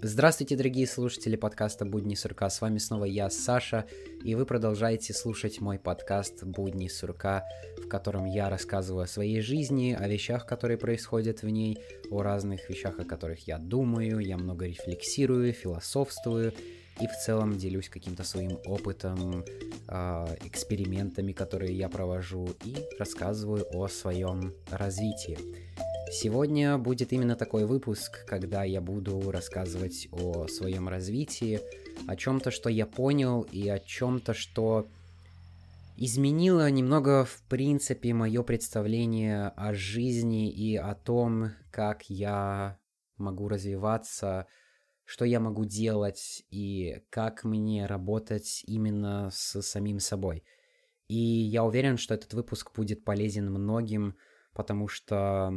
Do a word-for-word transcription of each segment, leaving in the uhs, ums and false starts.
Здравствуйте, дорогие слушатели подкаста «Будни сурка». С вами снова я, Саша, и вы продолжаете слушать мой подкаст «Будни сурка», в котором я рассказываю о своей жизни, о вещах, которые происходят в ней, о разных вещах, о которых я думаю, я много рефлексирую, философствую и в целом делюсь каким-то своим опытом, экспериментами, которые я провожу, и рассказываю о своем развитии. Сегодня будет именно такой выпуск, когда я буду рассказывать о своем развитии, о чем-то, что я понял, и о чем-то, что изменило немного, в принципе, мое представление о жизни и о том, как я могу развиваться, что я могу делать и как мне работать именно с самим собой. И я уверен, что этот выпуск будет полезен многим, потому что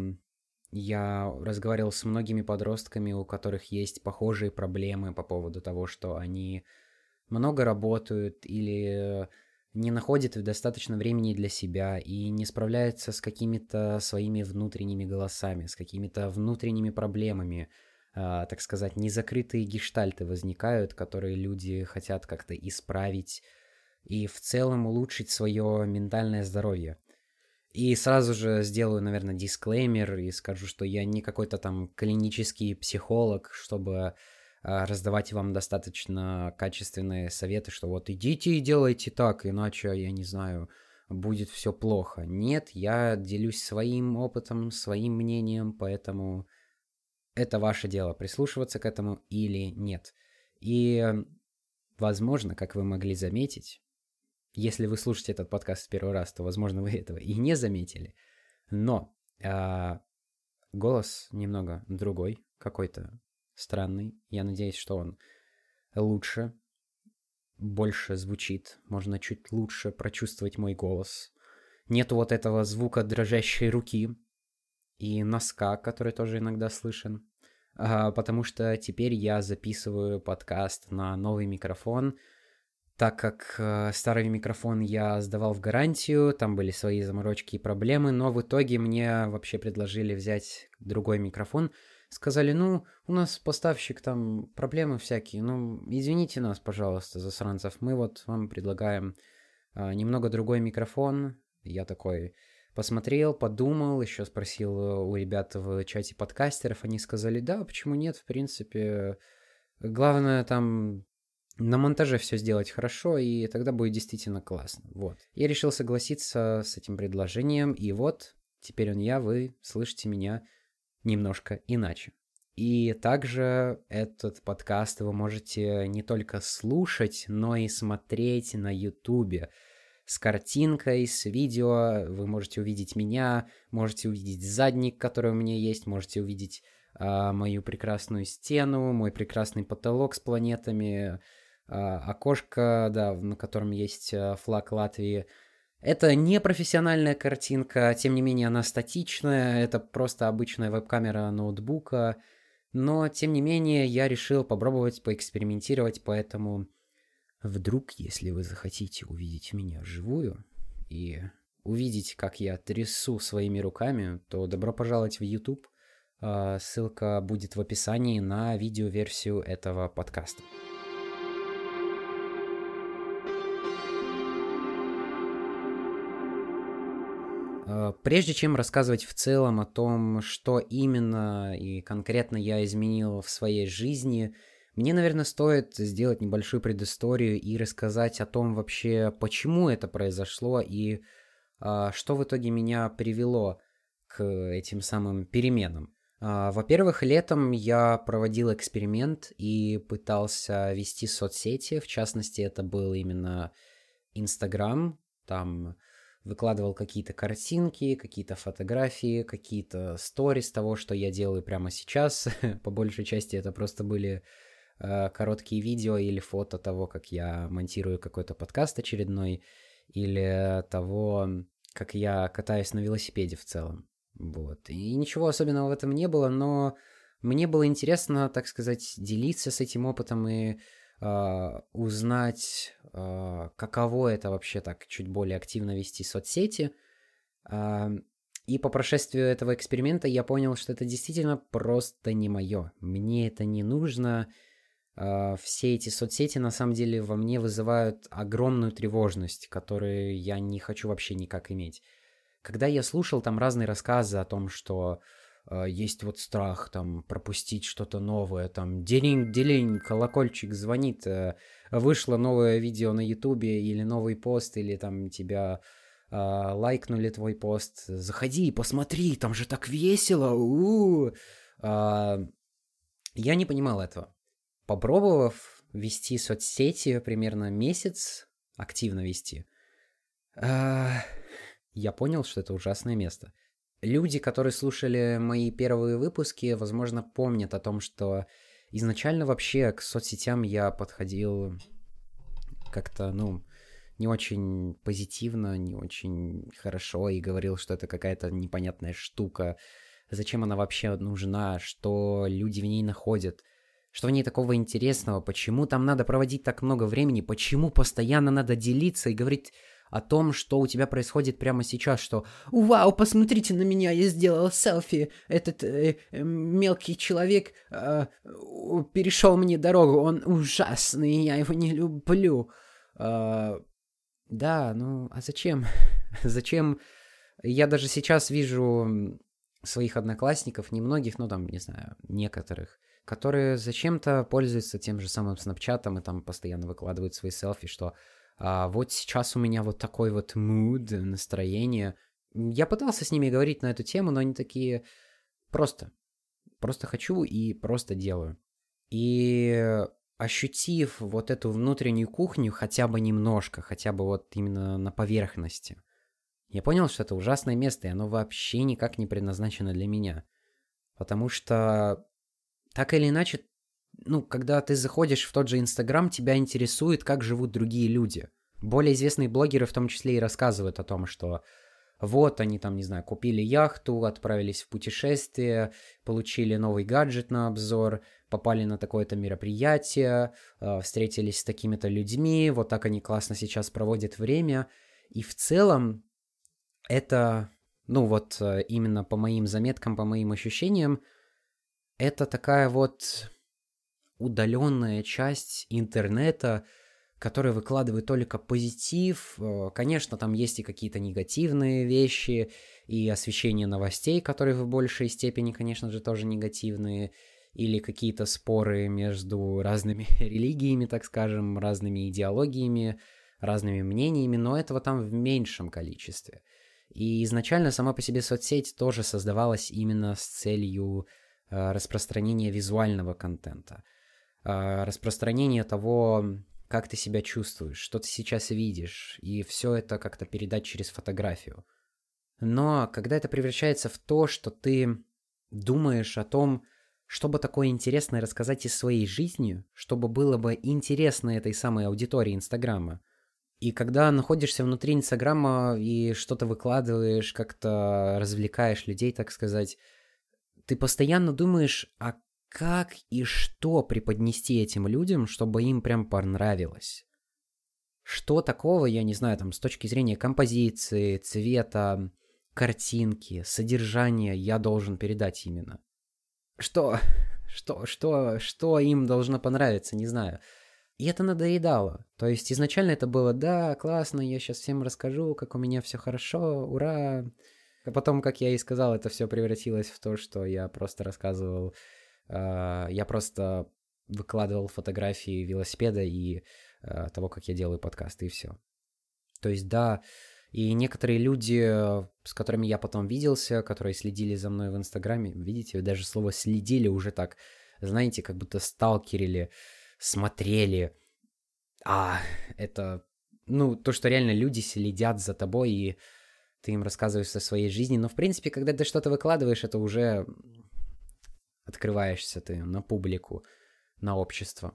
я разговаривал с многими подростками, у которых есть похожие проблемы по поводу того, что они много работают или не находят достаточно времени для себя и не справляются с какими-то своими внутренними голосами, с какими-то внутренними проблемами, э, так сказать, незакрытые гештальты возникают, которые люди хотят как-то исправить и в целом улучшить свое ментальное здоровье. И сразу же сделаю, наверное, дисклеймер и скажу, что я не какой-то там клинический психолог, чтобы а, раздавать вам достаточно качественные советы, что вот идите и делайте так, иначе, я не знаю, будет все плохо. Нет, я делюсь своим опытом, своим мнением, поэтому это ваше дело, прислушиваться к этому или нет. И, возможно, как вы могли заметить, если вы слушаете этот подкаст в первый раз, то, возможно, вы этого и не заметили. Но а, голос немного другой, какой-то странный. Я надеюсь, что он лучше, больше звучит. Можно чуть лучше прочувствовать мой голос. Нету вот этого звука дрожащей руки и носка, который тоже иногда слышен. А, потому что теперь я записываю подкаст на новый микрофон, так как э, старый микрофон я сдавал в гарантию, там были свои заморочки и проблемы, но в итоге мне вообще предложили взять другой микрофон. Сказали, ну, у нас поставщик, там проблемы всякие, ну, извините нас, пожалуйста, засранцев, мы вот вам предлагаем э, немного другой микрофон. Я такой посмотрел, подумал, еще спросил у ребят в чате подкастеров, они сказали, да, почему нет, в принципе, главное там на монтаже все сделать хорошо, и тогда будет действительно классно. Вот. Я решил согласиться с этим предложением, и вот, теперь он я, вы слышите меня немножко иначе. И также этот подкаст вы можете не только слушать, но и смотреть на Ютубе. С картинкой, с видео, вы можете увидеть меня, можете увидеть задник, который у меня есть, можете увидеть а, мою прекрасную стену, мой прекрасный потолок с планетами, окошко, да, на котором есть флаг Латвии. Это не профессиональная картинка, тем не менее она статичная, это просто обычная веб-камера ноутбука, но тем не менее я решил попробовать поэкспериментировать, поэтому вдруг, если вы захотите увидеть меня вживую и увидеть, как я трясу своими руками, то добро пожаловать в YouTube. Ссылка будет в описании на видеоверсию этого подкаста. Прежде чем рассказывать в целом о том, что именно и конкретно я изменил в своей жизни, мне, наверное, стоит сделать небольшую предысторию и рассказать о том вообще, почему это произошло и а, что в итоге меня привело к этим самым переменам. А, во-первых, летом я проводил эксперимент и пытался вести соцсети, в частности, это был именно Инстаграм, там выкладывал какие-то картинки, какие-то фотографии, какие-то сторис того, что я делаю прямо сейчас. По большей части это просто были э, короткие видео или фото того, как я монтирую какой-то подкаст очередной, или того, как я катаюсь на велосипеде в целом. Вот. И ничего особенного в этом не было, но мне было интересно, так сказать, делиться с этим опытом и Uh, узнать, uh, каково это вообще так чуть более активно вести соцсети. Uh, И по прошествию этого эксперимента я понял, что это действительно просто не мое. Мне это не нужно. Все эти соцсети на самом деле во мне вызывают огромную тревожность, которую я не хочу вообще никак иметь. Когда я слушал там разные рассказы о том, что э, есть вот страх там пропустить что-то новое, там делинь-делинь, колокольчик звонит, э, вышло новое видео на ютубе или новый пост, или там тебя э, лайкнули твой пост, заходи, посмотри, там же так весело, у-у-у. Э, я не понимал этого. Попробовав вести соцсети примерно месяц, активно вести, э, я понял, что это ужасное место. Люди, которые слушали мои первые выпуски, возможно, помнят о том, что изначально вообще к соцсетям я подходил как-то, ну, не очень позитивно, не очень хорошо, и говорил, что это какая-то непонятная штука, зачем она вообще нужна, что люди в ней находят. Что в ней такого интересного? Почему там надо проводить так много времени? Почему постоянно надо делиться и говорить о том, что у тебя происходит прямо сейчас? Что «Вау, посмотрите на меня, я сделал селфи! Этот э, э, мелкий человек э, перешел мне дорогу, он ужасный, я его не люблю». Э, да, ну а зачем? Зачем? Я даже сейчас вижу своих одноклассников, немногих, ну там, не знаю, некоторых, которые зачем-то пользуются тем же самым снапчатом и там постоянно выкладывают свои селфи, что а, вот сейчас у меня вот такой вот муд, настроение. Я пытался с ними говорить на эту тему, но они такие просто, просто хочу и просто делаю. И ощутив вот эту внутреннюю кухню хотя бы немножко, хотя бы вот именно на поверхности, я понял, что это ужасное место, и оно вообще никак не предназначено для меня. Потому что так или иначе, ну, когда ты заходишь в тот же Инстаграм, тебя интересует, как живут другие люди. Более известные блогеры в том числе и рассказывают о том, что вот они там, не знаю, купили яхту, отправились в путешествие, получили новый гаджет на обзор, попали на такое-то мероприятие, встретились с такими-то людьми, вот так они классно сейчас проводят время. И в целом это, ну вот именно по моим заметкам, по моим ощущениям, это такая вот удаленная часть интернета, которая выкладывает только позитив. Конечно, там есть и какие-то негативные вещи, и освещение новостей, которые в большей степени, конечно же, тоже негативные, или какие-то споры между разными религиями, так скажем, разными идеологиями, разными мнениями, но этого там в меньшем количестве. И изначально сама по себе соцсеть тоже создавалась именно с целью распространение визуального контента, распространение того, как ты себя чувствуешь, что ты сейчас видишь, и все это как-то передать через фотографию. Но когда это превращается в то, что ты думаешь о том, что бы такое интересное рассказать из своей жизни, чтобы было бы интересно этой самой аудитории Инстаграма, и когда находишься внутри Инстаграма и что-то выкладываешь, как-то развлекаешь людей, так сказать, ты постоянно думаешь, а как и что преподнести этим людям, чтобы им прям понравилось? Что такого, я не знаю, там, с точки зрения композиции, цвета, картинки, содержания я должен передать именно? Что? Что? Что? Что им должно понравиться? Не знаю. И это надоедало. То есть изначально это было, да, классно, я сейчас всем расскажу, как у меня все хорошо, ура. А потом, как я и сказал, это все превратилось в то, что я просто рассказывал, э, я просто выкладывал фотографии велосипеда и э, того, как я делаю подкасты, и все. То есть, да, и некоторые люди, с которыми я потом виделся, которые следили за мной в Инстаграме, видите, даже слово «следили» уже так, знаете, как будто сталкерили, смотрели. А, это, ну, то, что реально люди следят за тобой, и ты им рассказываешь о своей жизни, но, в принципе, когда ты что-то выкладываешь, это уже открываешься ты на публику, на общество.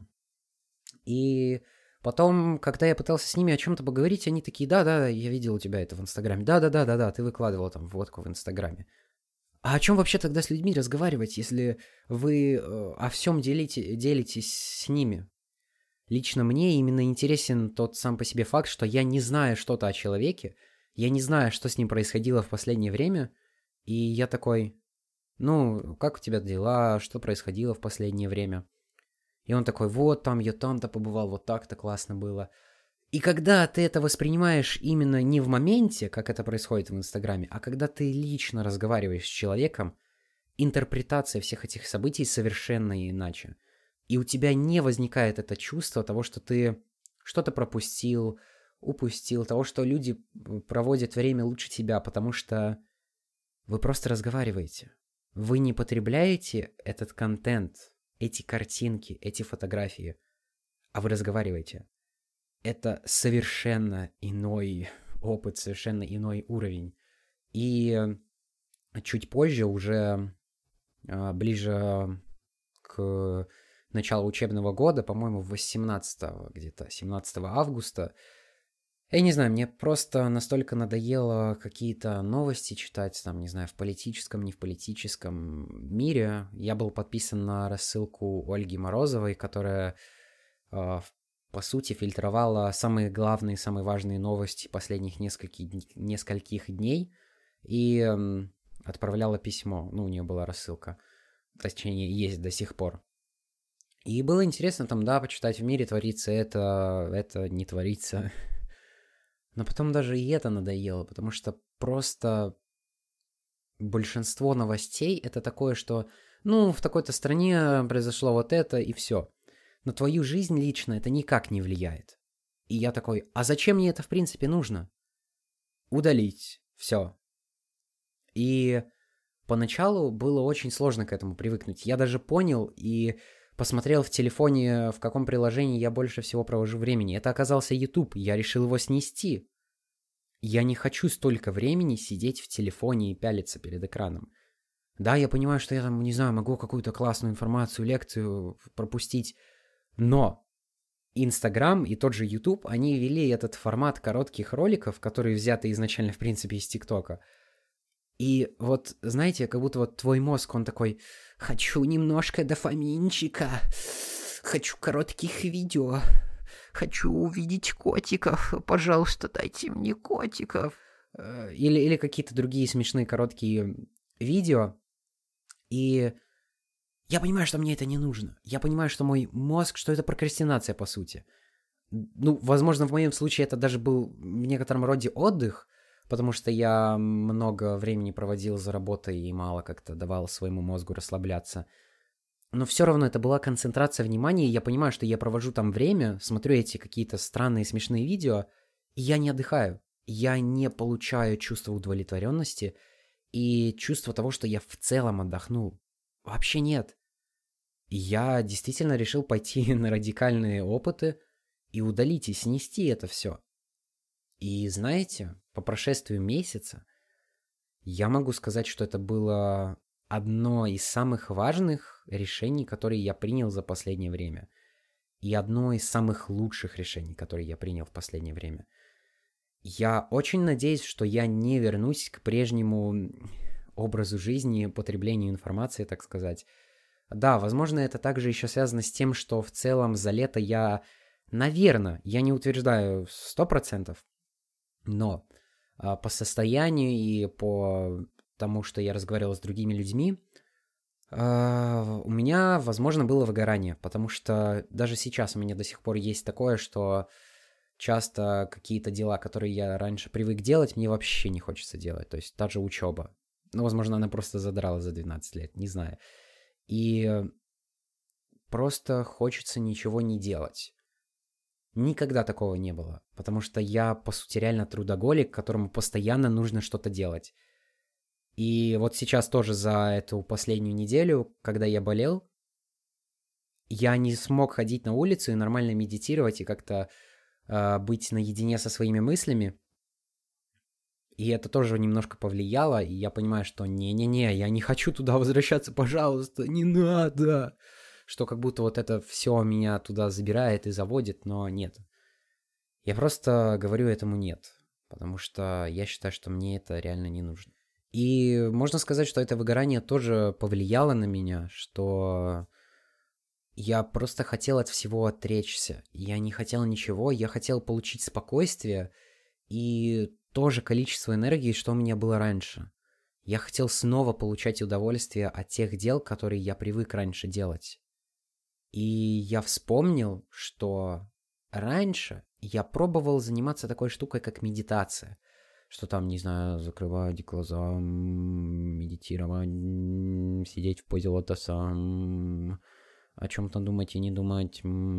И потом, когда я пытался с ними о чем-то поговорить, они такие, да-да, я видел у тебя это в Инстаграме, да-да-да-да-да, ты выкладывал там фотку в Инстаграме. А о чем вообще тогда с людьми разговаривать, если вы э, о всем делите, делитесь с ними? Лично мне именно интересен тот сам по себе факт, что я не знаю что-то о человеке, я не знаю, что с ним происходило в последнее время, И я такой, ну, как у тебя дела, что происходило в последнее время? И он такой, вот там, я там-то побывал, вот так-то классно было. И когда ты это воспринимаешь именно не в моменте, как это происходит в Инстаграме, а когда ты лично разговариваешь с человеком, интерпретация всех этих событий совершенно иначе. И у тебя не возникает это чувство того, что ты что-то пропустил, упустил, того, что люди проводят время лучше тебя, потому что вы просто разговариваете. Вы не потребляете этот контент, эти картинки, эти фотографии, а вы разговариваете. Это совершенно иной опыт, совершенно иной уровень. И чуть позже, уже ближе к началу учебного года, по-моему, восемнадцатого, где-то семнадцатого августа, я не знаю, мне просто настолько надоело какие-то новости читать, там, не знаю, в политическом, не в политическом мире. Я был подписан на рассылку Ольги Морозовой, которая, по сути, фильтровала самые главные, самые важные новости последних нескольких, нескольких дней и отправляла письмо. Ну, у нее была рассылка. Точнее, есть до сих пор. И было интересно там, да, почитать, в мире творится это, это не творится. Но потом даже и это надоело, потому что просто большинство новостей это такое, что, ну, в такой-то стране произошло вот это, и все. На твою жизнь лично это никак не влияет. И я такой, а зачем мне это в принципе нужно? Удалить. Все. И поначалу было очень сложно к этому привыкнуть. Я даже понял и посмотрел в телефоне, в каком приложении я больше всего провожу времени. Это оказался YouTube. Я решил его снести. Я не хочу столько времени сидеть в телефоне и пялиться перед экраном. Да, я понимаю, что я там, не знаю, могу какую-то классную информацию, лекцию пропустить. Но Инстаграм и тот же YouTube, они ввели этот формат коротких роликов, которые взяты изначально, в принципе, из ТикТока. И вот, знаете, как будто вот твой мозг, он такой, хочу немножко дофаминчика, хочу коротких видео, хочу увидеть котиков, пожалуйста, дайте мне котиков. Или, или какие-то другие смешные короткие видео. И я понимаю, что мне это не нужно. Я понимаю, что мой мозг, что это прокрастинация, по сути. Ну, возможно, в моем случае это даже был в некотором роде отдых, потому что я много времени проводил за работой и мало как-то давал своему мозгу расслабляться. Но все равно это была концентрация внимания, и я понимаю, что я провожу там время, смотрю эти какие-то странные смешные видео, и я не отдыхаю. Я не получаю чувство удовлетворенности и чувство того, что я в целом отдохнул. Вообще нет. И я действительно решил пойти на радикальные опыты и удалить, и снести это все. И знаете, по прошествию месяца я могу сказать, что это было одно из самых важных решений, которые я принял за последнее время. И одно из самых лучших решений, которые я принял в последнее время. Я очень надеюсь, что я не вернусь к прежнему образу жизни, потреблению информации, так сказать. Да, возможно, это также еще связано с тем, что в целом за лето я, наверное, я не утверждаю сто процентов, но а, по состоянию и по тому, что я разговаривал с другими людьми, а, у меня, возможно, было выгорание, потому что даже сейчас у меня до сих пор есть такое, что часто какие-то дела, которые я раньше привык делать, мне вообще не хочется делать. То есть та же учеба. Ну, возможно, она просто задрала за двенадцать лет, не знаю. И просто хочется ничего не делать. Никогда такого не было, потому что я, по сути, реально трудоголик, которому постоянно нужно что-то делать. И вот сейчас тоже за эту последнюю неделю, когда я болел, я не смог ходить на улицу и нормально медитировать и как-то э, быть наедине со своими мыслями. И это тоже немножко повлияло, и я понимаю, что не-не-не, я не хочу туда возвращаться, пожалуйста, не надо. Что как будто вот это все меня туда забирает и заводит, но нет. Я просто говорю этому нет, потому что я считаю, что мне это реально не нужно. И можно сказать, что это выгорание тоже повлияло на меня, что я просто хотел от всего отречься. Я не хотел ничего, я хотел получить спокойствие и то же количество энергии, что у меня было раньше. Я хотел снова получать удовольствие от тех дел, которые я привык раньше делать. И я вспомнил, что раньше я пробовал заниматься такой штукой, как медитация. Что там, не знаю, закрывать глаза, медитировать, сидеть в позе лотоса, о чем-то думать и не думать.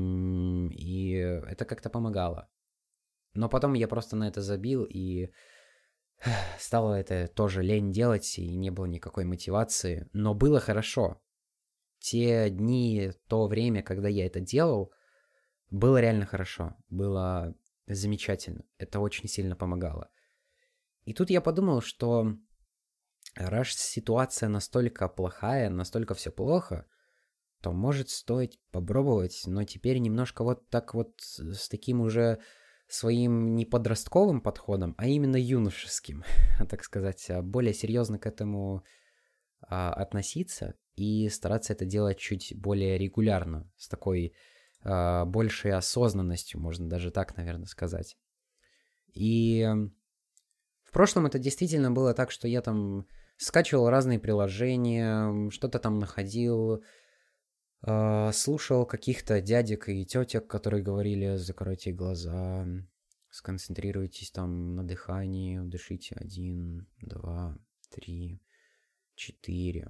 И это как-то помогало. Но потом я просто на это забил, и стало это тоже лень делать, и не было никакой мотивации. Но было хорошо. Те дни, то время, когда я это делал, было реально хорошо. Было замечательно. Это очень сильно помогало. И тут я подумал, что раз ситуация настолько плохая, настолько все плохо, то может стоить попробовать, но теперь немножко вот так вот с таким уже своим не подростковым подходом, а именно юношеским, так сказать, более серьезно к этому а, относиться и стараться это делать чуть более регулярно, с такой а, большей осознанностью, можно даже так, наверное, сказать. И в прошлом это действительно было так, что я там скачивал разные приложения, что-то там находил, э, слушал каких-то дядек и тетек, которые говорили: закройте глаза, сконцентрируйтесь там на дыхании, дышите один, два, три, четыре.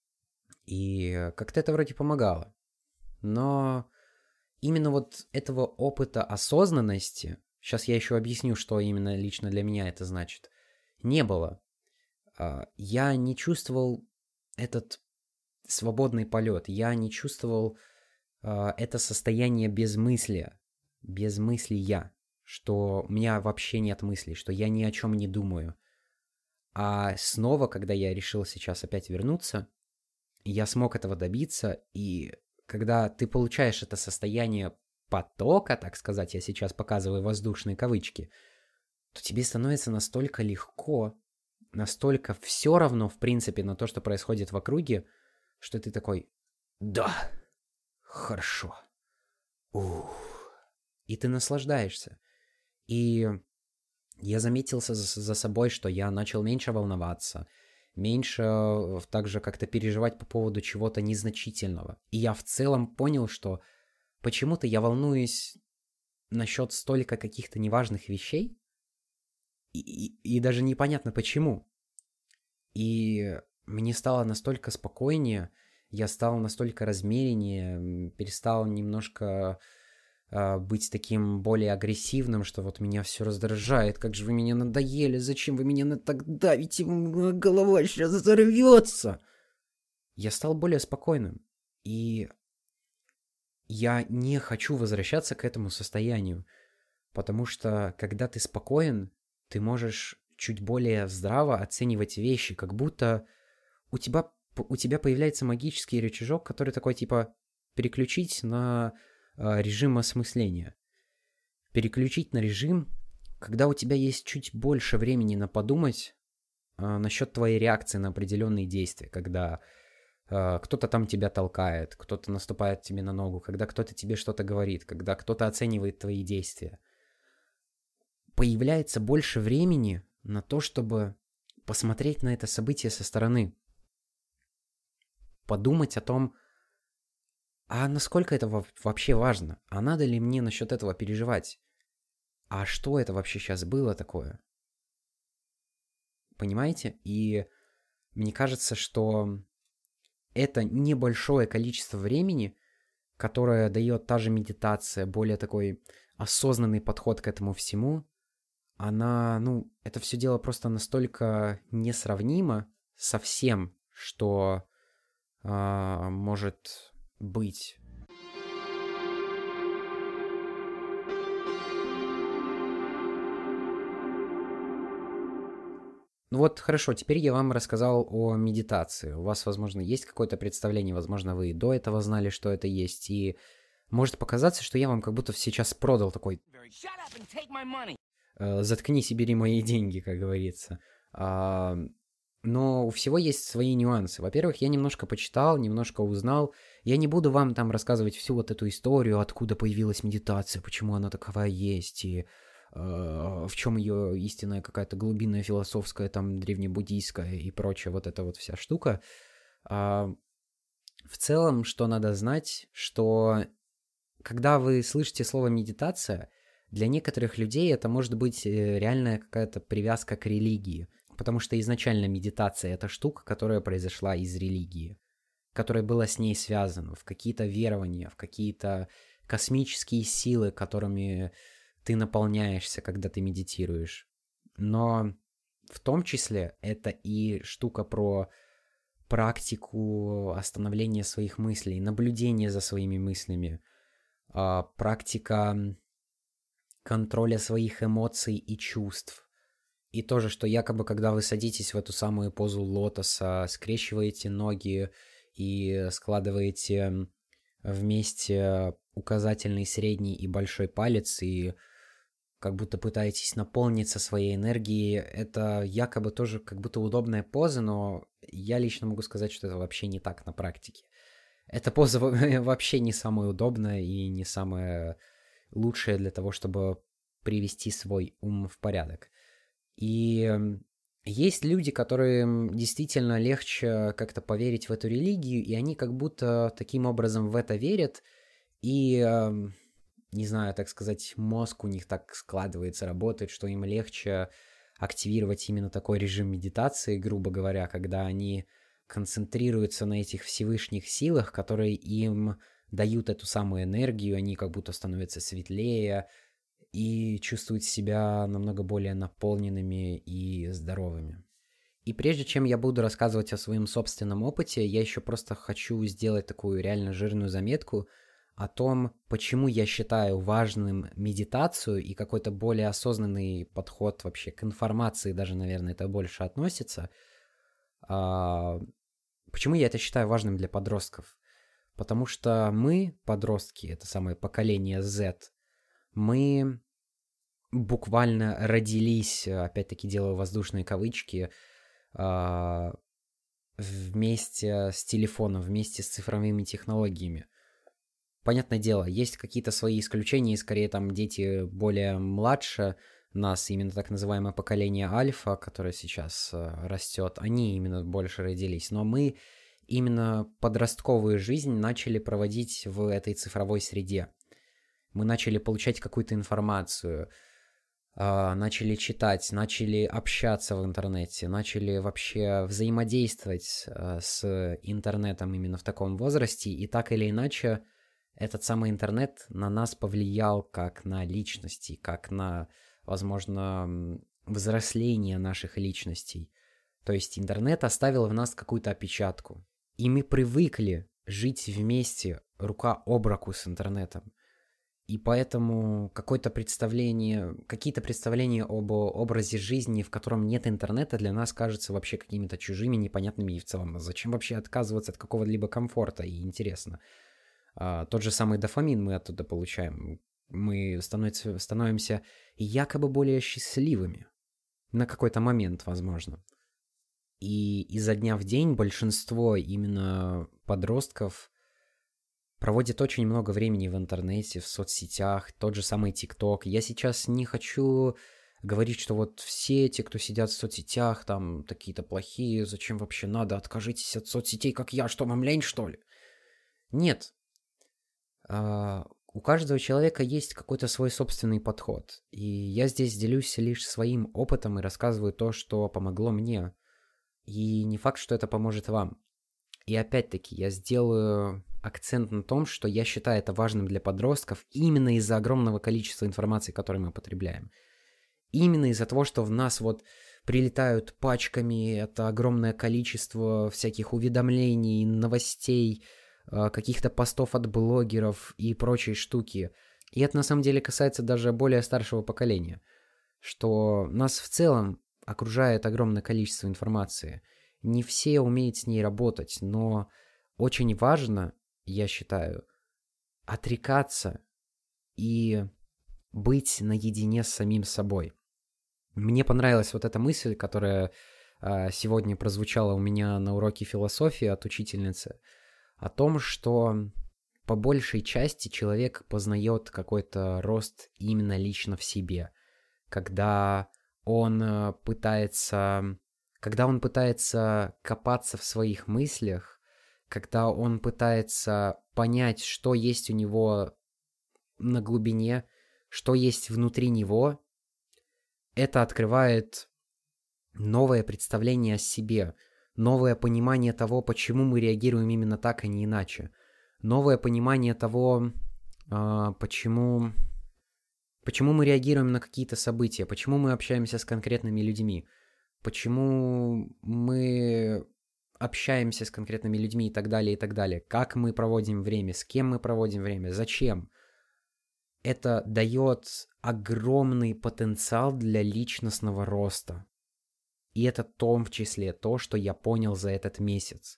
И как-то это вроде помогало. Но именно вот этого опыта осознанности, сейчас я еще объясню, что именно лично для меня это значит, не было. Я не чувствовал этот свободный полет, я не чувствовал это состояние безмыслия, безмыслия, что у меня вообще нет мыслей, что я ни о чем не думаю. А снова, когда я решил сейчас опять вернуться, я смог этого добиться, и когда ты получаешь это состояние потока, так сказать, я сейчас показываю воздушные кавычки, то тебе становится настолько легко, настолько все равно, в принципе, на то, что происходит в округе, что ты такой: да, хорошо, ух, и ты наслаждаешься. И я заметил за, за собой, что я начал меньше волноваться, меньше также как-то переживать по поводу чего-то незначительного. И я в целом понял, что почему-то я волнуюсь насчет столько каких-то неважных вещей, и, и, и даже непонятно почему. И мне стало настолько спокойнее, я стал настолько размереннее, перестал немножко э, быть таким более агрессивным, что вот меня все раздражает. Как же вы меня надоели, зачем вы меня так давите, голова сейчас взорвется. Я стал более спокойным, и я не хочу возвращаться к этому состоянию, потому что когда ты спокоен, ты можешь чуть более здраво оценивать вещи, как будто у тебя, у тебя появляется магический рычажок, который такой типа переключить на э, режим осмысления. Переключить на режим, когда у тебя есть чуть больше времени на подумать э, насчет твоей реакции на определенные действия, когда э, кто-то там тебя толкает, кто-то наступает тебе на ногу, когда кто-то тебе что-то говорит, когда кто-то оценивает твои действия. Появляется больше времени на то, чтобы посмотреть на это событие со стороны. Подумать о том, а насколько это вообще важно? А надо ли мне насчет этого переживать? А что это вообще сейчас было такое? Понимаете? И мне кажется, что это небольшое количество времени, которое дает та же медитация, более такой осознанный подход к этому всему, она, ну, это все дело просто настолько несравнимо со всем, что а, может быть. Ну вот, хорошо, теперь я вам рассказал о медитации. У вас, возможно, есть какое-то представление, возможно, вы и до этого знали, что это есть, и может показаться, что я вам как будто сейчас продал такой... «Заткнись и бери мои деньги», как говорится. А, но у всего есть свои нюансы. Во-первых, я немножко почитал, немножко узнал. Я не буду вам там рассказывать всю вот эту историю, откуда появилась медитация, почему она таковая есть, и в чем ее истинная какая-то глубинная философская, там, древнебуддийская и прочая вот эта вот вся штука. В целом, что надо знать, что когда вы слышите слово «медитация», для некоторых людей это может быть реальная какая-то привязка к религии, потому что изначально медитация — это штука, которая произошла из религии, которая была с ней связана, в какие-то верования, в какие-то космические силы, которыми ты наполняешься, когда ты медитируешь. Но в том числе это и штука про практику остановления своих мыслей, наблюдения за своими мыслями, практика контроля своих эмоций и чувств. И тоже, что якобы, когда вы садитесь в эту самую позу лотоса, скрещиваете ноги и складываете вместе указательный, средний и большой палец, и как будто пытаетесь наполниться своей энергией, это якобы тоже как будто удобная поза, но я лично могу сказать, что это вообще не так на практике. Эта поза вообще не самая удобная и не самая лучшее для того, чтобы привести свой ум в порядок. И есть люди, которым действительно легче как-то поверить в эту религию, и они как будто таким образом в это верят, и, не знаю, так сказать, мозг у них так складывается, работает, что им легче активировать именно такой режим медитации, грубо говоря, когда они концентрируются на этих всевышних силах, которые им дают эту самую энергию, они как будто становятся светлее и чувствуют себя намного более наполненными и здоровыми. И прежде чем я буду рассказывать о своем собственном опыте, я еще просто хочу сделать такую реально жирную заметку о том, почему я считаю важным медитацию и какой-то более осознанный подход вообще к информации, даже, наверное, это больше относится. Почему я это считаю важным для подростков? Потому что мы, подростки, это самое поколение Z, мы буквально родились, опять-таки делаю воздушные кавычки, вместе с телефоном, вместе с цифровыми технологиями. Понятное дело, есть какие-то свои исключения, и скорее там дети более младше нас, именно так называемое поколение альфа, которое сейчас растет, они именно больше родились. Но мы именно подростковую жизнь начали проводить в этой цифровой среде. Мы начали получать какую-то информацию, начали читать, начали общаться в интернете, начали вообще взаимодействовать с интернетом именно в таком возрасте, и так или иначе этот самый интернет на нас повлиял как на личности, как на, возможно, взросление наших личностей. То есть интернет оставил в нас какую-то опечатку. И мы привыкли жить вместе, рука об руку с интернетом. И поэтому какое-то представление, какие-то представления об образе жизни, в котором нет интернета, для нас кажутся вообще какими-то чужими, непонятными. И в целом, зачем вообще отказываться от какого-либо комфорта? И интересно. А, тот же самый дофамин мы оттуда получаем. Мы становимся, становимся якобы более счастливыми. На какой-то момент, возможно. И изо дня в день большинство именно подростков проводит очень много времени в интернете, в соцсетях, тот же самый ТикТок. Я сейчас не хочу говорить, что вот все те, кто сидят в соцсетях, там такие-то плохие, зачем вообще надо, откажитесь от соцсетей, как я, что вам лень, что ли? Нет. А, у каждого человека есть какой-то свой собственный подход. И я здесь делюсь лишь своим опытом и рассказываю то, что помогло мне. И не факт, что это поможет вам. И опять-таки я сделаю акцент на том, что я считаю это важным для подростков именно из-за огромного количества информации, которую мы потребляем. Именно из-за того, что в нас вот прилетают пачками это огромное количество всяких уведомлений, новостей, каких-то постов от блогеров и прочей штуки. И это на самом деле касается даже более старшего поколения, что нас в целом окружает огромное количество информации. Не все умеют с ней работать, но очень важно, я считаю, отрекаться и быть наедине с самим собой. Мне понравилась вот эта мысль, которая а, сегодня прозвучала у меня на уроке философии от учительницы, о том, что по большей части человек познает какой-то рост именно лично в себе. когда он пытается, когда он пытается копаться в своих мыслях, когда он пытается понять, что есть у него на глубине, что есть внутри него, это открывает новое представление о себе, новое понимание того, почему мы реагируем именно так, а не иначе, новое понимание того, почему, почему мы реагируем на какие-то события, почему мы общаемся с конкретными людьми, почему мы общаемся с конкретными людьми и так далее, и так далее, как мы проводим время, с кем мы проводим время, зачем. Это дает огромный потенциал для личностного роста. И это в том числе то, что я понял за этот месяц.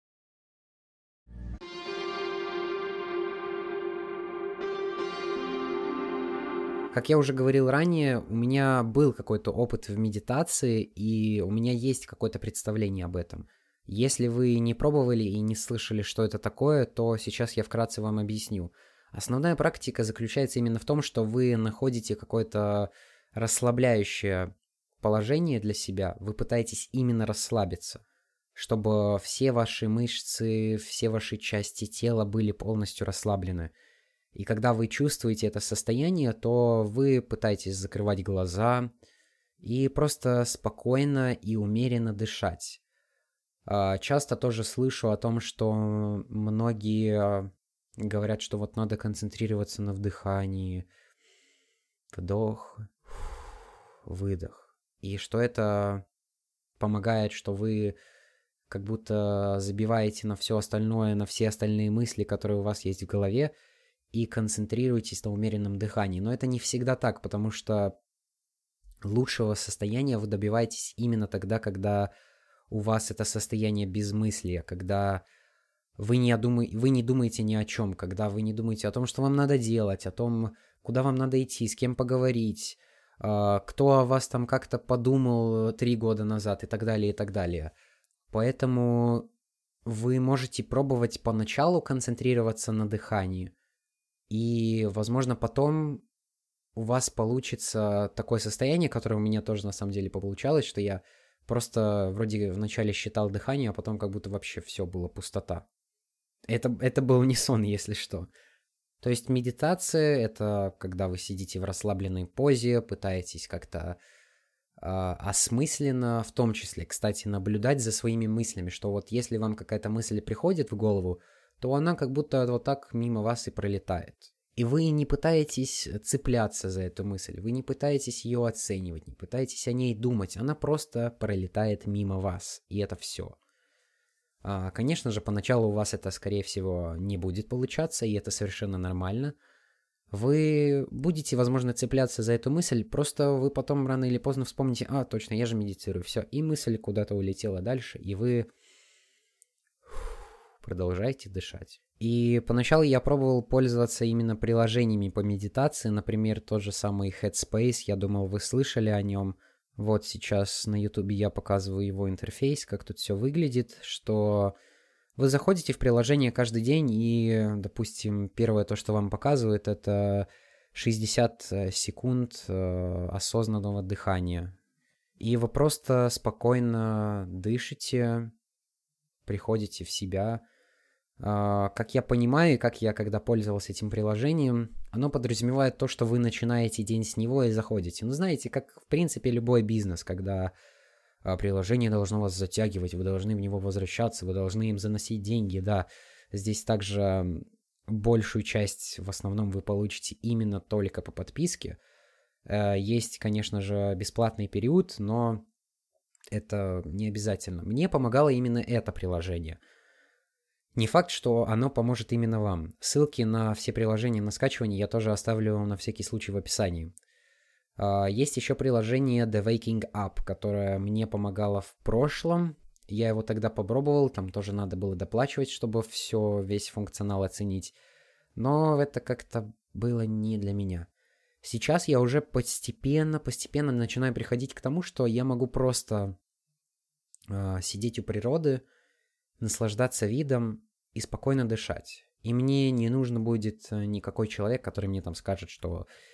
Как я уже говорил ранее, у меня был какой-то опыт в медитации, и у меня есть какое-то представление об этом. Если вы не пробовали и не слышали, что это такое, то сейчас я вкратце вам объясню. Основная практика заключается именно в том, что вы находите какое-то расслабляющее положение для себя, вы пытаетесь именно расслабиться, чтобы все ваши мышцы, все ваши части тела были полностью расслаблены. И когда вы чувствуете это состояние, то вы пытаетесь закрывать глаза и просто спокойно и умеренно дышать. Часто тоже слышу о том, что многие говорят, что вот надо концентрироваться на вдыхании, вдох, выдох. И что это помогает, что вы как будто забиваете на все остальное, на все остальные мысли, которые у вас есть в голове, и концентрируетесь на умеренном дыхании. Но это не всегда так, потому что лучшего состояния вы добиваетесь именно тогда, когда у вас это состояние безмыслия, когда вы не, думай, вы не думаете ни о чем, когда вы не думаете о том, что вам надо делать, о том, куда вам надо идти, с кем поговорить, кто о вас там как-то подумал три года назад и так далее, и так далее. Поэтому вы можете пробовать поначалу концентрироваться на дыхании, и, возможно, потом у вас получится такое состояние, которое у меня тоже на самом деле получалось, что я просто вроде вначале считал дыхание, а потом как будто вообще все было пустота. Это, это был не сон, если что. То есть медитация — это когда вы сидите в расслабленной позе, пытаетесь как-то э, осмысленно, в том числе, кстати, наблюдать за своими мыслями, что вот если вам какая-то мысль приходит в голову, то она как будто вот так мимо вас и пролетает. И вы не пытаетесь цепляться за эту мысль, вы не пытаетесь ее оценивать, не пытаетесь о ней думать, она просто пролетает мимо вас, и это все. А, конечно же, поначалу у вас это, скорее всего, не будет получаться, и это совершенно нормально. Вы будете, возможно, цепляться за эту мысль, просто вы потом рано или поздно вспомните: а, точно, я же медитирую, все, и мысль куда-то улетела дальше, и вы продолжайте дышать. И поначалу я пробовал пользоваться именно приложениями по медитации, например, тот же самый Headspace, я думал, вы слышали о нем. Вот сейчас на ютубе я показываю его интерфейс, как тут все выглядит, что вы заходите в приложение каждый день и, допустим, первое то, что вам показывает, это шестьдесят секунд осознанного дыхания. И вы просто спокойно дышите, приходите в себя. Как я понимаю, как я когда пользовался этим приложением, оно подразумевает то, что вы начинаете день с него и заходите. Ну, знаете, как в принципе любой бизнес, когда приложение должно вас затягивать, вы должны в него возвращаться, вы должны им заносить деньги, да. Здесь также большую часть в основном вы получите именно только по подписке. Есть, конечно же, бесплатный период, но это не обязательно. Мне помогало именно это приложение. Не факт, что оно поможет именно вам. Ссылки на все приложения на скачивание я тоже оставлю на всякий случай в описании. Есть еще приложение The Waking Up, которое мне помогало в прошлом. Я его тогда попробовал, там тоже надо было доплачивать, чтобы все, весь функционал оценить. Но это как-то было не для меня. Сейчас я уже постепенно, постепенно начинаю приходить к тому, что я могу просто э, сидеть у природы, наслаждаться видом и спокойно дышать. И мне не нужно будет никакой человек, который мне там скажет, что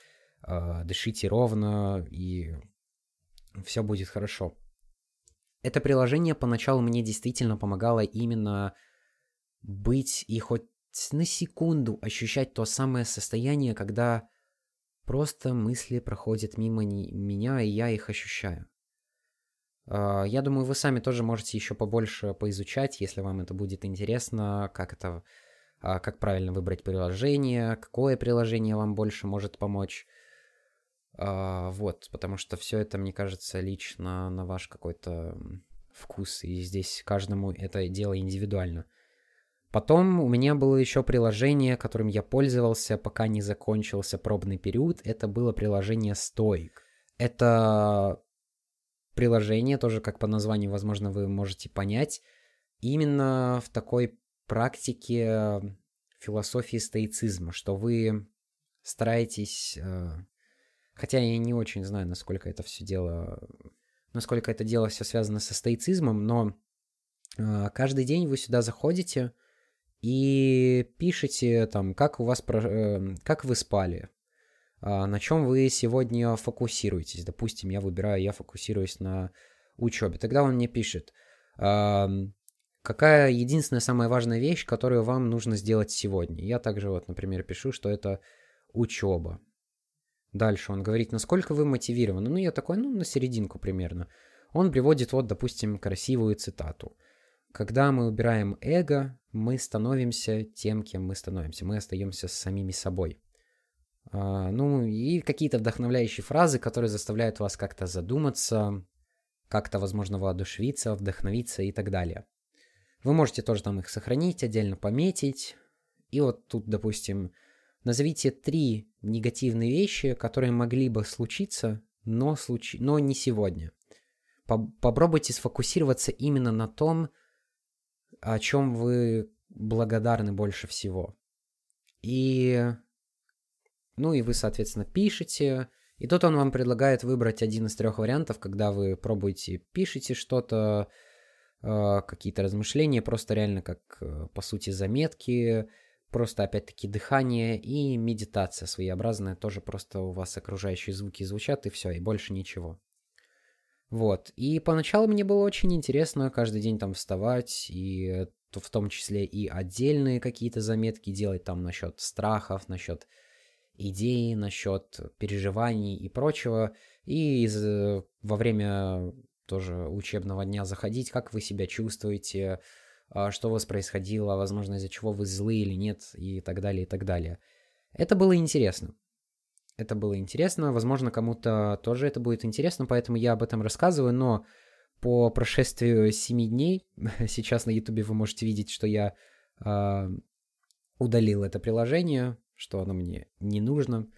э, дышите ровно, и все будет хорошо. Это приложение поначалу мне действительно помогало именно быть и хоть на секунду ощущать то самое состояние, когда просто мысли проходят мимо меня, и я их ощущаю. Я думаю, вы сами тоже можете еще побольше поизучать, если вам это будет интересно, как это, как правильно выбрать приложение, какое приложение вам больше может помочь. Вот, потому что все это, мне кажется, лично на ваш какой-то вкус, и здесь каждому это дело индивидуально. Потом у меня было еще приложение, которым я пользовался, пока не закончился пробный период. Это было приложение Stoic. Это приложение, тоже как по названию, возможно, вы можете понять, именно в такой практике философии стоицизма, что вы стараетесь, хотя я не очень знаю, насколько это все дело, насколько это дело все связано со стоицизмом, но каждый день вы сюда заходите и пишите там, как у вас, как вы спали, на чем вы сегодня фокусируетесь. Допустим, я выбираю, я фокусируюсь на учебе. Тогда он мне пишет, какая единственная самая важная вещь, которую вам нужно сделать сегодня. Я также вот, например, пишу, что это учеба. Дальше он говорит, насколько вы мотивированы. Ну, я такой, ну, на серединку примерно. Он приводит, вот, допустим, красивую цитату. Когда мы убираем эго, мы становимся тем, кем мы становимся. Мы остаемся с самими собой. А, ну, и какие-то вдохновляющие фразы, которые заставляют вас как-то задуматься, как-то, возможно, воодушевиться, вдохновиться и так далее. Вы можете тоже там их сохранить, отдельно пометить. И вот тут, допустим, назовите три негативные вещи, которые могли бы случиться, но, случ... но не сегодня. Попробуйте сфокусироваться именно на том, о чем вы благодарны больше всего. И... Ну и вы, соответственно, пишете. И тут он вам предлагает выбрать один из трех вариантов, когда вы пробуете, пишете что-то, э, какие-то размышления, просто реально как, э, по сути, заметки, просто, опять-таки, дыхание и медитация своеобразная. Тоже просто у вас окружающие звуки звучат, и все, и больше ничего. Вот. И поначалу мне было очень интересно каждый день там вставать, и в том числе и отдельные какие-то заметки делать там насчет страхов, насчет идеи, насчет переживаний и прочего. И из, во время тоже учебного дня заходить, как вы себя чувствуете, что у вас происходило, возможно, из-за чего вы злы или нет, и так далее, и так далее. Это было интересно. Это было интересно, возможно, кому-то тоже это будет интересно, поэтому я об этом рассказываю, но по прошествию семи дней, сейчас на ютубе вы можете видеть, что я э, удалил это приложение, что оно мне не нужно.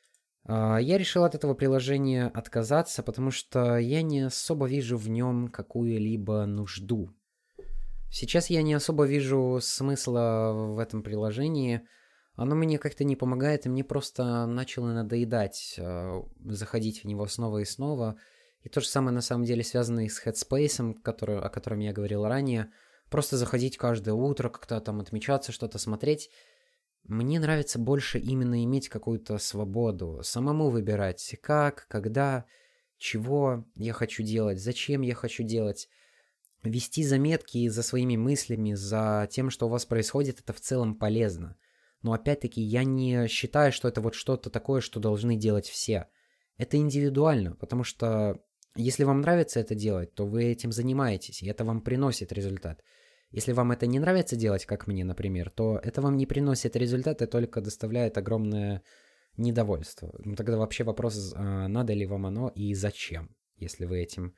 Э, я решил от этого приложения отказаться, потому что я не особо вижу в нем какую-либо нужду. Сейчас я не особо вижу смысла в этом приложении. Оно мне как-то не помогает, и мне просто начало надоедать э, заходить в него снова и снова. И то же самое на самом деле связано и с Headspace, который, о котором я говорил ранее. Просто заходить каждое утро, как-то там отмечаться, что-то смотреть. Мне нравится больше именно иметь какую-то свободу, самому выбирать, как, когда, чего я хочу делать, зачем я хочу делать. Вести заметки за своими мыслями, за тем, что у вас происходит, это в целом полезно. Но опять-таки я не считаю, что это вот что-то такое, что должны делать все. Это индивидуально, потому что если вам нравится это делать, то вы этим занимаетесь, и это вам приносит результат. Если вам это не нравится делать, как мне, например, то это вам не приносит результат, и только доставляет огромное недовольство. Ну, тогда вообще вопрос, надо ли вам оно и зачем, если вы этим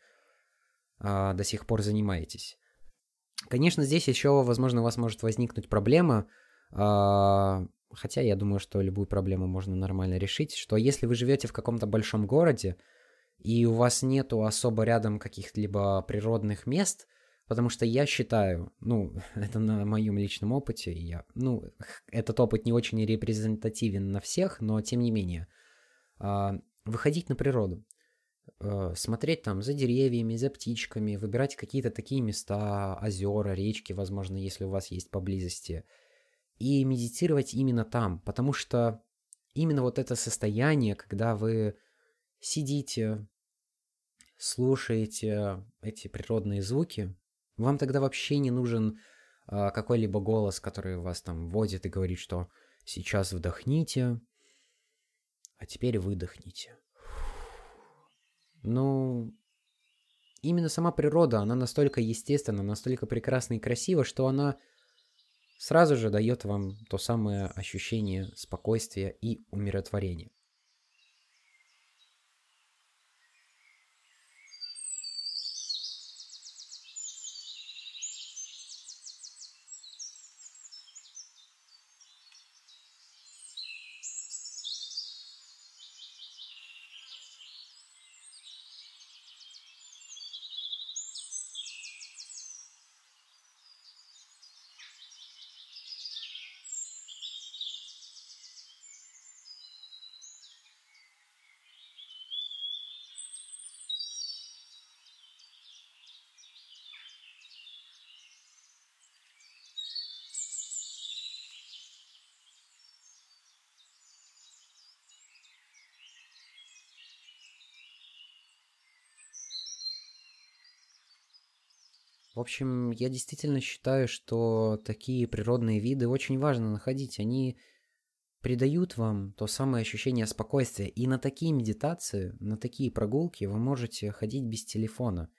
а, до сих пор занимаетесь. Конечно, здесь еще, возможно, у вас может возникнуть проблема, а, хотя я думаю, что любую проблему можно нормально решить, что если вы живете в каком-то большом городе, и у вас нету особо рядом каких-либо природных мест, потому что я считаю, ну, это на моем личном опыте, я, ну, этот опыт не очень репрезентативен на всех, но тем не менее, а, выходить на природу, а, смотреть там за деревьями, за птичками, выбирать какие-то такие места, озера, речки, возможно, если у вас есть поблизости, и медитировать именно там, потому что Именно вот это состояние, когда вы сидите, слушаете эти природные звуки, вам тогда вообще не нужен а, какой-либо голос, который вас там вводит и говорит, что сейчас вдохните, а теперь выдохните. Ну, именно сама природа, она настолько естественна, настолько прекрасна и красива, что она сразу же дает вам то самое ощущение спокойствия и умиротворения. В общем, я действительно считаю, что такие природные виды очень важно находить. Они придают вам то самое ощущение спокойствия. И на такие медитации, на такие прогулки вы можете ходить без телефона.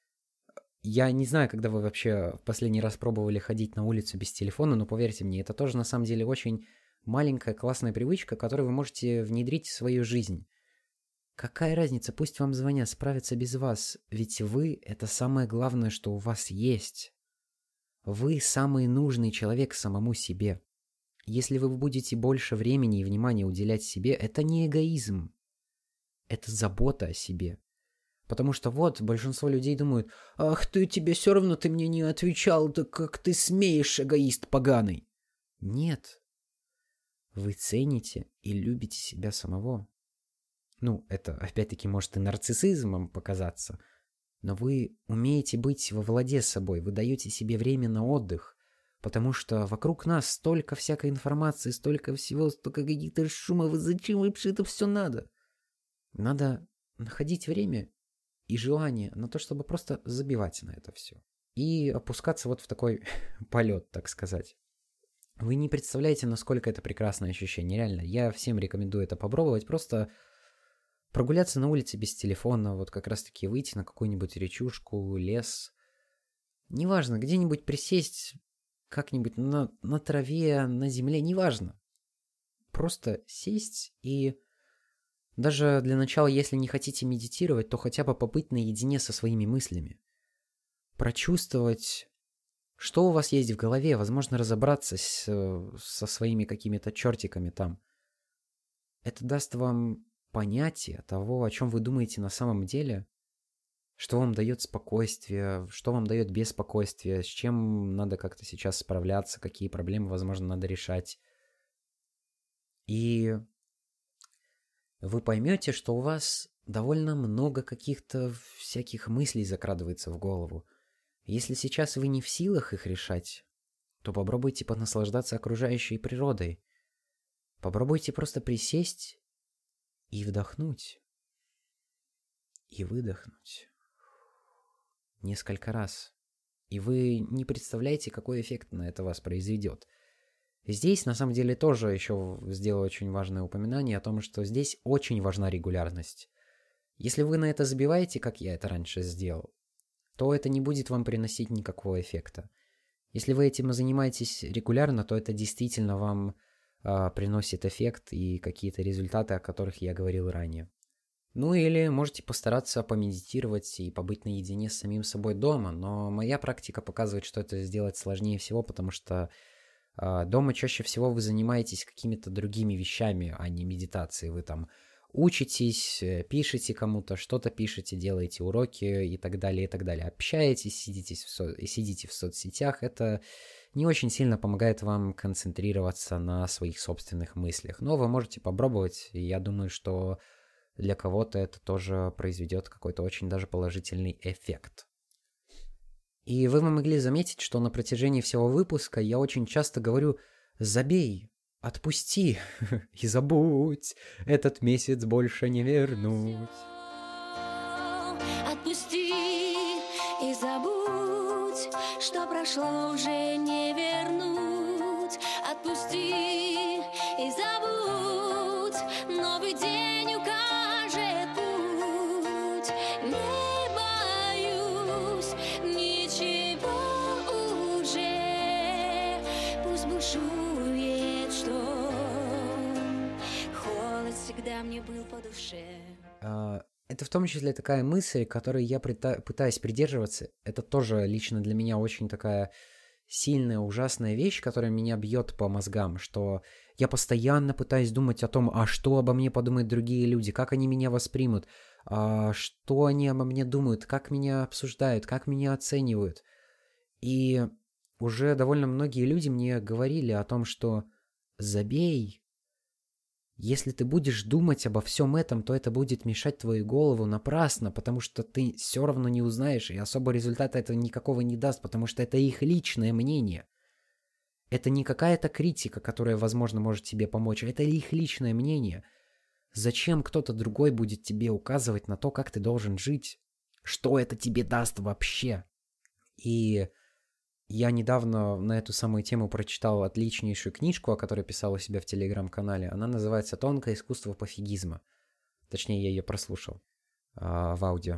Я не знаю, когда вы вообще в последний раз пробовали ходить на улицу без телефона, но поверьте мне, это тоже на самом деле очень маленькая классная привычка, которую вы можете внедрить в свою жизнь. Какая разница, пусть вам звонят, справятся без вас, ведь вы — это самое главное, что у вас есть. Вы самый нужный человек самому себе. Если вы будете больше времени и внимания уделять себе, это не эгоизм, это забота о себе. Потому что вот большинство людей думают: «Ах ты, тебе все равно, ты мне не отвечал, да как ты смеешь, эгоист поганый». Нет, вы цените и любите себя самого. Ну, это опять-таки может и нарциссизмом показаться, но вы умеете быть во владе собой, вы даете себе время на отдых, потому что вокруг нас столько всякой информации, столько всего, столько каких-то шумов, и зачем вообще это все надо? Надо находить время и желание на то, чтобы просто забивать на это все. И опускаться вот в такой полет, так сказать. Вы не представляете, насколько это прекрасное ощущение, реально. Я всем рекомендую это попробовать, просто прогуляться на улице без телефона, вот как раз-таки выйти на какую-нибудь речушку, лес. Неважно, где-нибудь присесть как-нибудь на, на траве, на земле, неважно. Просто сесть и даже для начала, если не хотите медитировать, то хотя бы побыть наедине со своими мыслями. Прочувствовать, что у вас есть в голове, возможно, разобраться с, со своими какими-то чертиками там. Это даст вам понятие того, о чем вы думаете на самом деле, что вам дает спокойствие, что вам дает беспокойствие, с чем надо как-то сейчас справляться, какие проблемы, возможно, надо решать. И вы поймете, что у вас довольно много каких-то всяких мыслей закрадывается в голову. Если сейчас вы не в силах их решать, то попробуйте понаслаждаться окружающей природой. Попробуйте просто присесть и вдохнуть, и выдохнуть несколько раз. И вы не представляете, какой эффект на это вас произведет. Здесь, на самом деле, тоже еще сделаю очень важное упоминание о том, что здесь очень важна регулярность. Если вы на это забиваете, как я это раньше сделал, то это не будет вам приносить никакого эффекта. Если вы этим занимаетесь регулярно, то это действительно вам э, приносит эффект и какие-то результаты, о которых я говорил ранее. Ну или можете постараться помедитировать и побыть наедине с самим собой дома, но моя практика показывает, что это сделать сложнее всего, потому что э, дома чаще всего вы занимаетесь какими-то другими вещами, а не медитацией. Вы там учитесь, пишете кому-то, что-то пишете, делаете уроки и так далее, и так далее. Общаетесь, сидите в, со... сидите в соцсетях. Это не очень сильно помогает вам концентрироваться на своих собственных мыслях. Но вы можете попробовать, и я думаю, что для кого-то это тоже произведет какой-то очень даже положительный эффект. И вы могли заметить, что на протяжении всего выпуска я очень часто говорю: забей, Отпусти и забудь, этот месяц больше не вернуть. Отпусти и забудь, что прошло, уже не вернуть. Отпусти и забудь, новый день укажет путь. Не боюсь ничего уже, пусть бушует шторм, холод всегда мне был по душе. Это в том числе такая мысль, которой я прита- пытаюсь придерживаться. Это тоже лично для меня очень такая сильная, ужасная вещь, которая меня бьет по мозгам, что я постоянно пытаюсь думать о том, а что обо мне подумают другие люди, как они меня воспримут, а что они обо мне думают, как меня обсуждают, как меня оценивают. И уже довольно многие люди мне говорили о том, что забей. Если ты будешь думать обо всем этом, то это будет мешать твою голову напрасно, потому что ты все равно не узнаешь, и особо результата этого никакого не даст, потому что это их личное мнение. Это не какая-то критика, которая, возможно, может тебе помочь, это их личное мнение. Зачем кто-то другой будет тебе указывать на то, как ты должен жить? Что это тебе даст вообще? И я недавно на эту самую тему прочитал отличнейшую книжку, о которой писал у себя в телеграм-канале. Она называется «Тонкое искусство пофигизма». Точнее, я ее прослушал а, в аудио.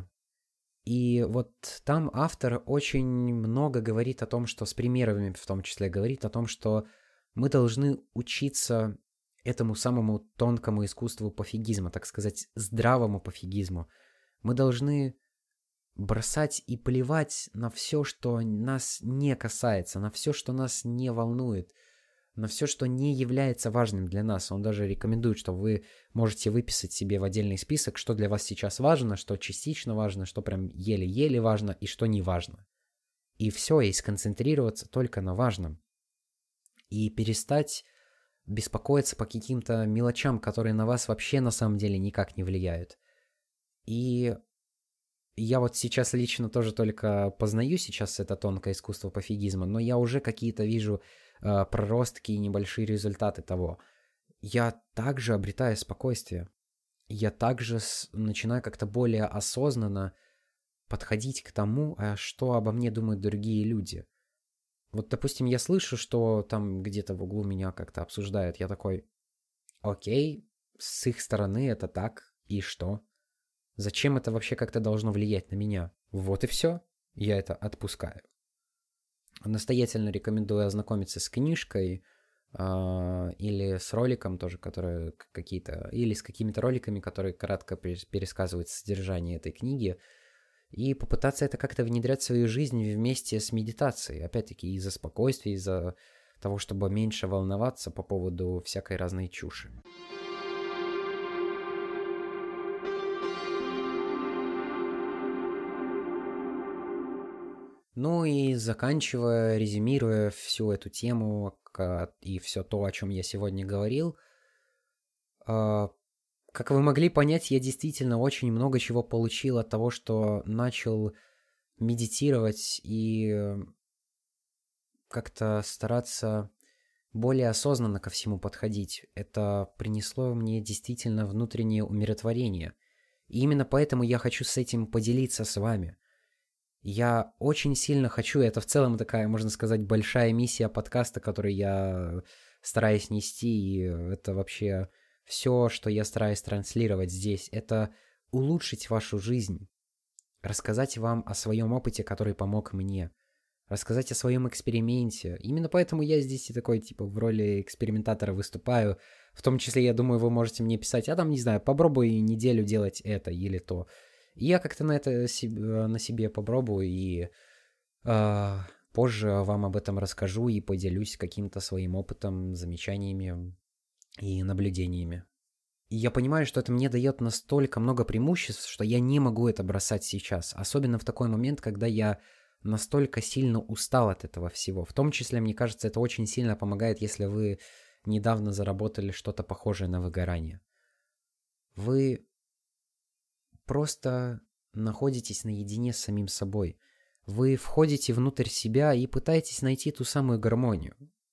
И вот там автор очень много говорит о том, что с примерами в том числе говорит о том, что мы должны учиться этому самому тонкому искусству пофигизма, так сказать, здравому пофигизму. Мы должны бросать и плевать на все, что нас не касается, на все, что нас не волнует, на все, что не является важным для нас. Он даже рекомендует, что вы можете выписать себе в отдельный список, что для вас сейчас важно, что частично важно, что прям еле-еле важно и что не важно. И все, и сконцентрироваться только на важном. И перестать беспокоиться по каким-то мелочам, которые на вас вообще на самом деле никак не влияют. И я вот сейчас лично тоже только познаю сейчас это тонкое искусство пофигизма, но я уже какие-то вижу э, проростки и небольшие результаты того. Я также обретаю спокойствие. Я также с... начинаю как-то более осознанно подходить к тому, а что обо мне думают другие люди. Вот, допустим, я слышу, что там где-то в углу меня как-то обсуждают. Я такой, окей, с их стороны это так, и что? Зачем это вообще как-то должно влиять на меня? Вот и все. Я это отпускаю. Настоятельно рекомендую ознакомиться с книжкой э, или с роликом тоже, которые какие-то... Или с какими-то роликами, которые кратко пересказывают содержание этой книги. И попытаться это как-то внедрять в свою жизнь вместе с медитацией. Опять-таки из-за спокойствия, из-за того, чтобы меньше волноваться по поводу всякой разной чуши. Ну и заканчивая, резюмируя всю эту тему и все то, о чем я сегодня говорил, как вы могли понять, я действительно очень много чего получил от того, что начал медитировать и как-то стараться более осознанно ко всему подходить. Это принесло мне действительно внутреннее умиротворение. И именно поэтому я хочу с этим поделиться с вами. Я очень сильно хочу, это в целом такая, можно сказать, большая миссия подкаста, которую я стараюсь нести, и это вообще все, что я стараюсь транслировать здесь, это улучшить вашу жизнь, рассказать вам о своем опыте, который помог мне, рассказать о своем эксперименте. Именно поэтому я здесь и такой, типа, в роли экспериментатора выступаю. В том числе, я думаю, вы можете мне писать, а там, не знаю, попробуй неделю делать это или то. И я как-то на это на себе попробую и э, позже вам об этом расскажу и поделюсь каким-то своим опытом, замечаниями и наблюдениями. И я понимаю, что это мне дает настолько много преимуществ, что я не могу это бросать сейчас. Особенно в такой момент, когда я настолько сильно устал от этого всего. В том числе, мне кажется, это очень сильно помогает, если вы недавно заработали что-то похожее на выгорание. Вы просто находитесь наедине с самим собой. Вы входите внутрь себя и пытаетесь найти ту самую гармонию.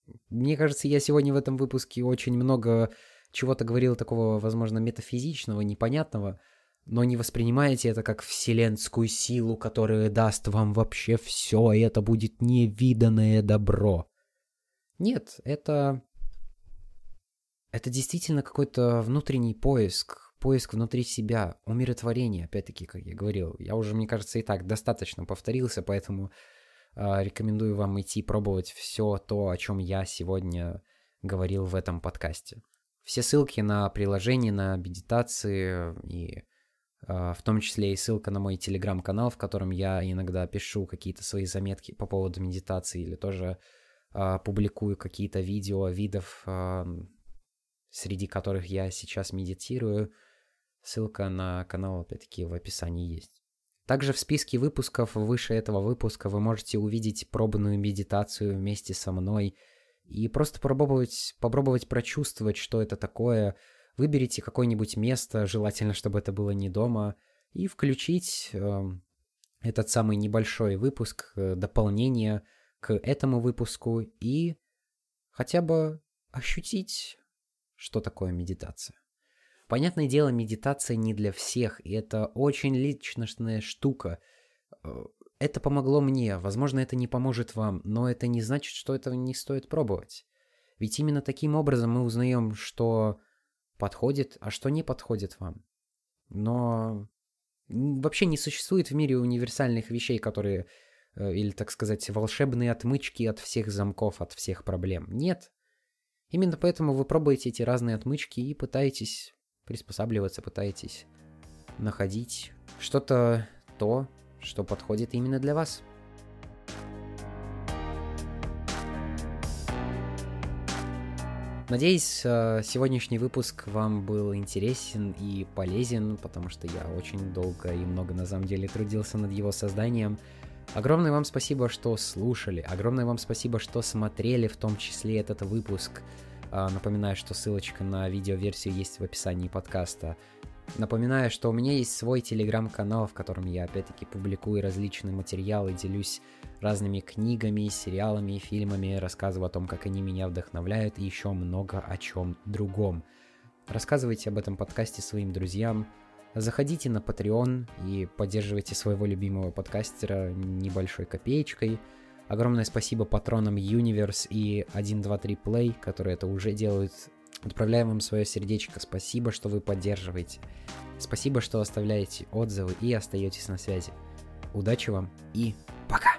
Мне кажется, я сегодня в этом выпуске очень много чего-то говорил такого, возможно, метафизичного, непонятного, но не воспринимайте это как вселенскую силу, которая даст вам вообще все, и это будет невиданное добро. Нет, это... Это действительно какой-то внутренний поиск, поиск внутри себя, умиротворение, опять-таки, как я говорил. Я уже, мне кажется, и так достаточно повторился, поэтому э, рекомендую вам идти пробовать все то, о чем я сегодня говорил в этом подкасте. Все ссылки на приложения, на медитации, и э, в том числе и ссылка на мой телеграм-канал, в котором я иногда пишу какие-то свои заметки по поводу медитации или тоже э, публикую какие-то видео видов, э, среди которых я сейчас медитирую. Ссылка на канал, опять-таки, в описании есть. Также в списке выпусков выше этого выпуска вы можете увидеть пробную медитацию вместе со мной и просто попробовать, попробовать прочувствовать, что это такое. Выберите какое-нибудь место, желательно, чтобы это было не дома, и включить э, этот самый небольшой выпуск, э, дополнение к этому выпуску и хотя бы ощутить, что такое медитация. Понятное дело, медитация не для всех, и это очень личностная штука. Это помогло мне, возможно, это не поможет вам, но это не значит, что этого не стоит пробовать. Ведь именно таким образом мы узнаем, что подходит, а что не подходит вам. Но вообще не существует в мире универсальных вещей, которые, или, так сказать, волшебные отмычки от всех замков, от всех проблем. Нет. Именно поэтому вы пробуете эти разные отмычки и пытаетесь приспосабливаться, пытаетесь находить что-то то, что подходит именно для вас. Надеюсь, сегодняшний выпуск вам был интересен и полезен, потому что я очень долго и много на самом деле трудился над его созданием. Огромное вам спасибо, что слушали, огромное вам спасибо, что смотрели, в том числе этот выпуск. Напоминаю, что ссылочка на видеоверсию есть в описании подкаста. Напоминаю, что у меня есть свой телеграм-канал, в котором я опять-таки публикую различные материалы, делюсь разными книгами, сериалами, фильмами, рассказываю о том, как они меня вдохновляют и еще много о чем другом. Рассказывайте об этом подкасте своим друзьям. Заходите на Patreon и поддерживайте своего любимого подкастера небольшой копеечкой. Огромное спасибо патронам Universe и один два три Play, которые это уже делают. Отправляю вам свое сердечко. Спасибо, что вы поддерживаете. Спасибо, что оставляете отзывы и остаетесь на связи. Удачи вам и пока!